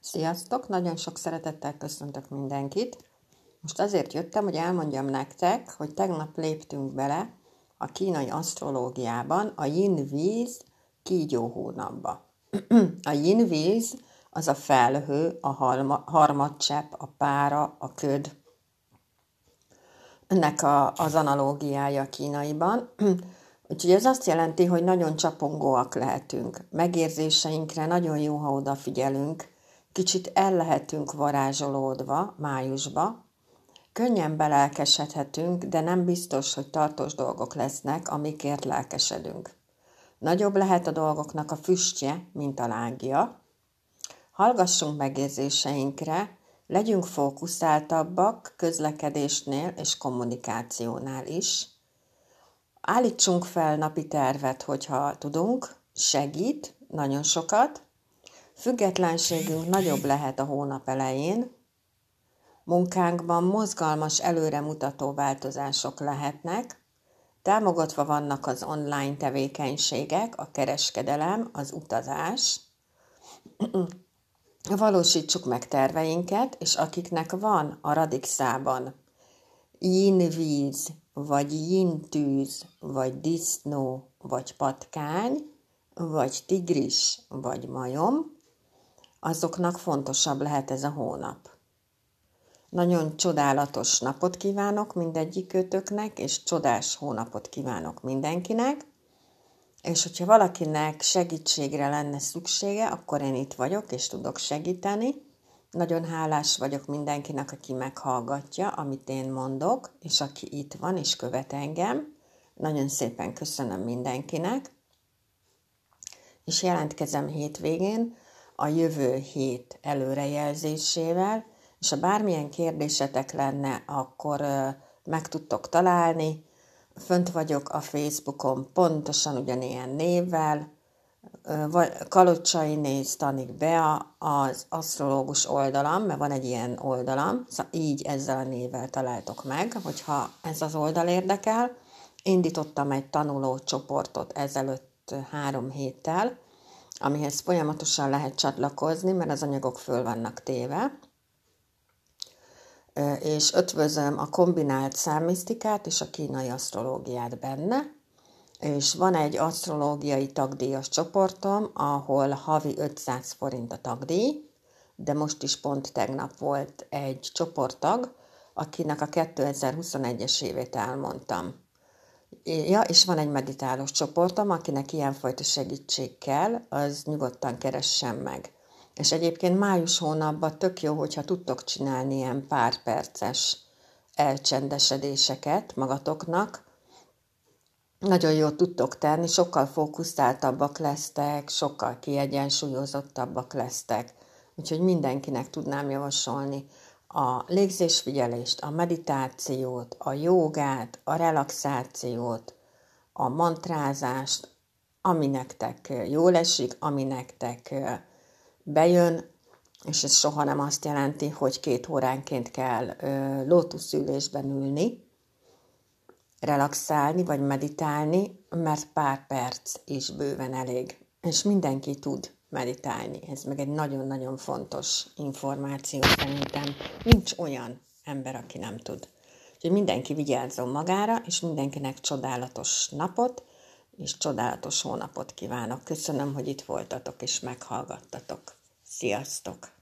Sziasztok! Nagyon sok szeretettel köszöntök mindenkit. Most azért jöttem, hogy elmondjam nektek, hogy tegnap léptünk bele a kínai asztrológiában a yin-víz kígyó hónapba. A yin-víz az a felhő, a harmadcsepp, a pára, a köd. Ennek az analógiája kínaiban. Úgyhogy ez azt jelenti, hogy nagyon csapongóak lehetünk. Megérzéseinkre nagyon jó, ha odafigyelünk. Kicsit el lehetünk varázsolódva májusba. Könnyen belelkesedhetünk, de nem biztos, hogy tartós dolgok lesznek, amikért lelkesedünk. Nagyobb lehet a dolgoknak a füstje, mint a lángja. Hallgassunk megérzéseinkre, legyünk fókuszáltabbak közlekedésnél és kommunikációnál is. Állítsunk fel napi tervet, hogyha tudunk, segít nagyon sokat. Függetlenségünk nagyobb lehet a hónap elején. Munkánkban mozgalmas, előremutató változások lehetnek. Támogatva vannak az online tevékenységek, a kereskedelem, az utazás. Valósítsuk meg terveinket, és akiknek van a radixában yin-víz, vagy yin-tűz, vagy disznó, vagy patkány, vagy tigris, vagy majom, azoknak fontosabb lehet ez a hónap. Nagyon csodálatos napot kívánok mindegyikőtöknek, és csodás hónapot kívánok mindenkinek, és hogyha valakinek segítségre lenne szüksége, akkor én itt vagyok, és tudok segíteni. Nagyon hálás vagyok mindenkinek, aki meghallgatja, amit én mondok, és aki itt van, és követ engem. Nagyon szépen köszönöm mindenkinek, és jelentkezem hétvégén a jövő hét előrejelzésével, és ha bármilyen kérdésetek lenne, akkor meg tudtok találni. Fönt vagyok a Facebookon pontosan ugyanilyen névvel, Kalocsai Néz Tanik Bea az asztrológus oldalam, mert van egy ilyen oldalam, szóval így ezzel a névvel találtok meg, hogyha ez az oldal érdekel. Indítottam egy tanuló csoportot ezelőtt 3 héttel, amihez folyamatosan lehet csatlakozni, mert az anyagok föl vannak téve, és ötvözöm a kombinált számmisztikát és a kínai asztrológiát benne, és van egy asztrológiai tagdíjas csoportom, ahol havi 500 forint a tagdíj, de most is pont tegnap volt egy csoporttag, akinek a 2021-es évét elmondtam. Ja, és van egy meditálós csoportom, akinek ilyenfajta segítség kell, az nyugodtan keressen meg. És egyébként május hónapban tök jó, hogyha tudtok csinálni ilyen pár perces elcsendesedéseket magatoknak. Nagyon jól tudtok tenni, sokkal fókuszáltabbak lesztek, sokkal kiegyensúlyozottabbak lesztek. Úgyhogy mindenkinek tudnám javasolni a légzésfigyelést, a meditációt, a jógát, a relaxációt, a mantrázást, ami nektek jól esik, ami nektek bejön, és ez soha nem azt jelenti, hogy 2 óránként kell lótuszülésben ülni, relaxálni vagy meditálni, mert pár perc is bőven elég. És mindenki tud meditálni. Ez meg egy nagyon-nagyon fontos információ szerintem. Nincs olyan ember, aki nem tud. Úgyhogy mindenki vigyázzon magára, és mindenkinek csodálatos napot, és csodálatos hónapot kívánok. Köszönöm, hogy itt voltatok, és meghallgattatok. Sziasztok!